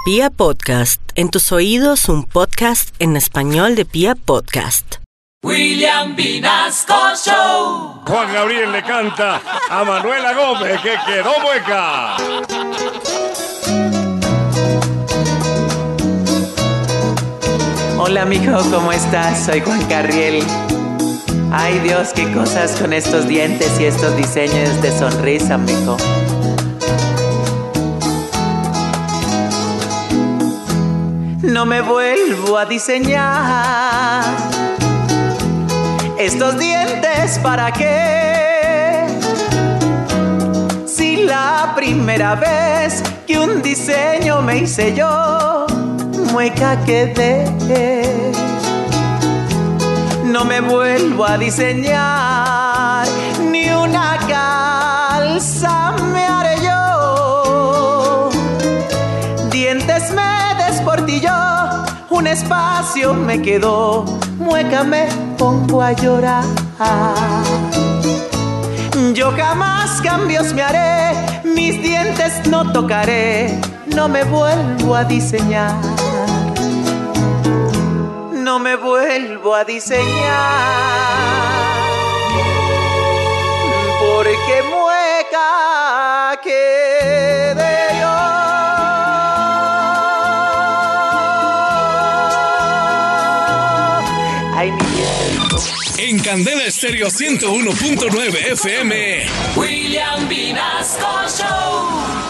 Pia Podcast, en tus oídos un podcast en español de Pia Podcast. William Vinasco Show. Juan Gabriel le canta a Manuela Gómez que quedó mueca. Hola mijo, ¿cómo estás? Soy Juan Gabriel. Ay Dios, qué cosas con estos dientes y estos diseños de sonrisa, mijo. No me vuelvo a diseñar estos dientes, ¿para qué? Si la primera vez que un diseño me hice yo, mueca quedé. No me vuelvo a diseñar, ni una calza me haré yo. Dientes me desportilló, un espacio me quedó, mueca me pongo a llorar. Yo jamás cambios me haré, mis dientes no tocaré, no me vuelvo a diseñar. No me vuelvo a diseñar, porque mueca quedé yo. Ay, mi viejo. En Candela Estéreo 101.9 FM, William Vinasco Show.